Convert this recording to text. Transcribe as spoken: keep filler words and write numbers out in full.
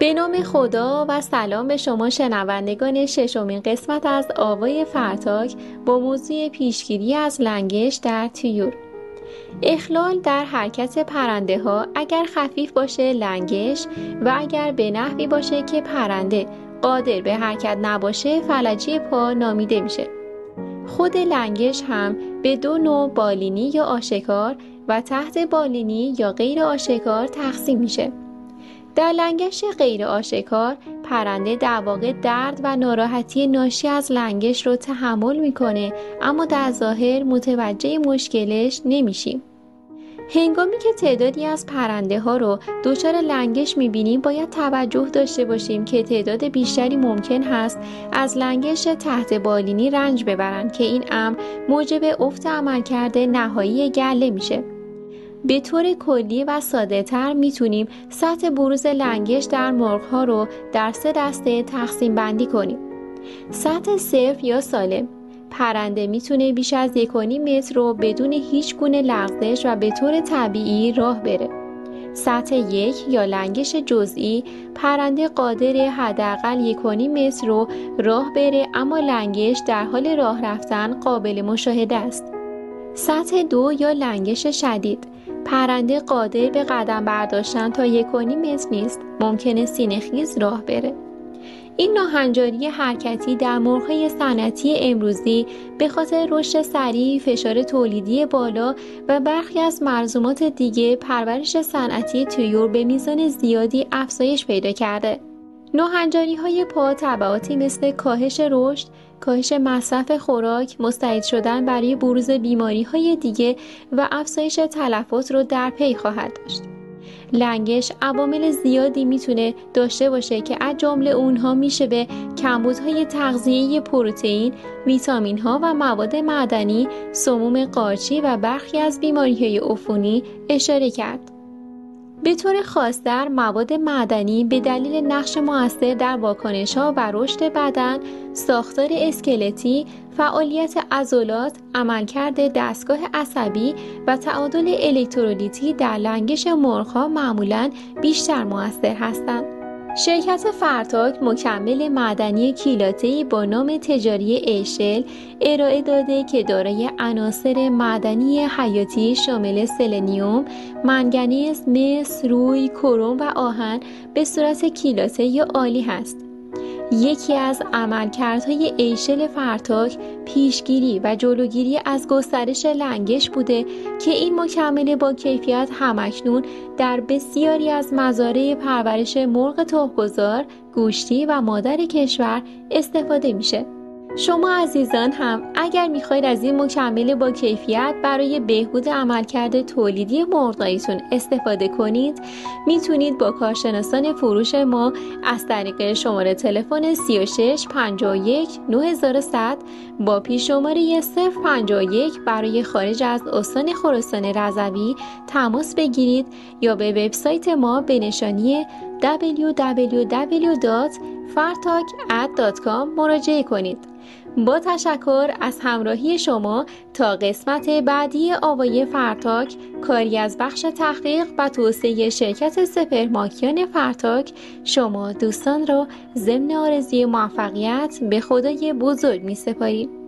به نام خدا و سلام به شما شنوندگان ششمین قسمت از آوای فرتاک با موضوع پیشگیری از لنگش در طیور. اخلال در حرکت پرنده ها اگر خفیف باشه لنگش و اگر به نحوی باشه که پرنده قادر به حرکت نباشه فلجی پا نامیده میشه. خود لنگش هم به دو نوع بالینی یا آشکار و تحت بالینی یا غیر آشکار تقسیم میشه. در لنگش غیر آشکار پرنده در واقع درد و ناراحتی ناشی از لنگش رو تحمل میکنه، اما در ظاهر متوجه مشکلش نمیشیم. هنگامی که تعدادی از پرنده ها رو دچار لنگش میبینیم باید توجه داشته باشیم که تعداد بیشتری ممکن هست از لنگش تحت بالینی رنج ببرن که این امر موجب افت عملکرد نهایی گله میشه. به طور کلی و ساده تر میتونیم سطح بروز لنگش در مرغ‌ها رو در سه دسته تقسیم بندی کنیم. سطح صفر یا سالم، پرنده میتونه بیش از یک و نیم متر رو بدون هیچ گونه لغزش و به طور طبیعی راه بره. سطح یک یا لنگش جزئی، پرنده قادر حداقل یک و نیم متر رو راه بره اما لنگش در حال راه رفتن قابل مشاهده است. سطح دو یا لنگش شدید، پرنده قادر به قدم برداشتن تا یک و نیم متر نیست، ممکنه سینه‌خیز راه بره. این ناهنجاری حرکتی در مرغ‌های صنعتی امروزی به خاطر رشد سریع، فشار تولیدی بالا و برخی از ملزومات دیگه پرورش صنعتی طیور به میزان زیادی افزایش پیدا کرده. ناهنجاری‌های پا تبعاتی مثل کاهش رشد، کاهش مصرف خوراک، مستعد شدن برای بروز بیماری‌های دیگه و افزایش تلفات رو در پی خواهد داشت. لنگش عوامل زیادی میتونه داشته باشه که از جمله اونها میشه به کمبودهای تغذیه‌ای پروتئین، ویتامین‌ها و مواد معدنی، سموم قارچی و برخی از بیماری‌های عفونی اشاره کرد. به طور خاص‌تر مواد معدنی به دلیل نقش مؤثر در واکنش‌ها و رشد بدن، ساختار اسکلتی، فعالیت عضلات، عملکرد دستگاه عصبی و تعادل الکترولیتی در لنگش مرغ‌ها معمولاً بیشتر مؤثر هستند. شرکت فرتاک مکمل معدنی کیلاته‌ای با نام تجاری ایشل ارائه داده که دارای عناصر معدنی حیاتی شامل سلنیوم، منگنیز، مس، روی، کروم و آهن به صورت کیلاته‌ای عالی هست. یکی از عملکردهای ایشل فرتاک پیشگیری و جلوگیری از گسترش لنگش بوده که این مکمل با کیفیت همکنون در بسیاری از مزارع پرورش مرغ تخم‌گذار، گوشتی و مادر کشور استفاده میشه. شما عزیزان هم اگر میخواید از این مکمل با کیفیت برای بهبود عملکرد تولیدی مرغداریتون استفاده کنید، میتونید با کارشناسان فروش ما از طریق شماره تلفن سی و شش پنجاه و یک نه صفر با پیش شماره صفر پنجاه و یک برای خارج از استان خراسان رضوی تماس بگیرید یا به وبسایت ما به نشانی دبلیو دبلیو دبلیو دات fartak ad دات com مراجعه کنید. با تشکر از همراهی شما تا قسمت بعدی آوای فرتاک، کاری از بخش تحقیق و توسعه شرکت سپرماکیان فرتاک، شما دوستان را ضمن آرزوی موفقیت به خدای بزرگ می سپاریم.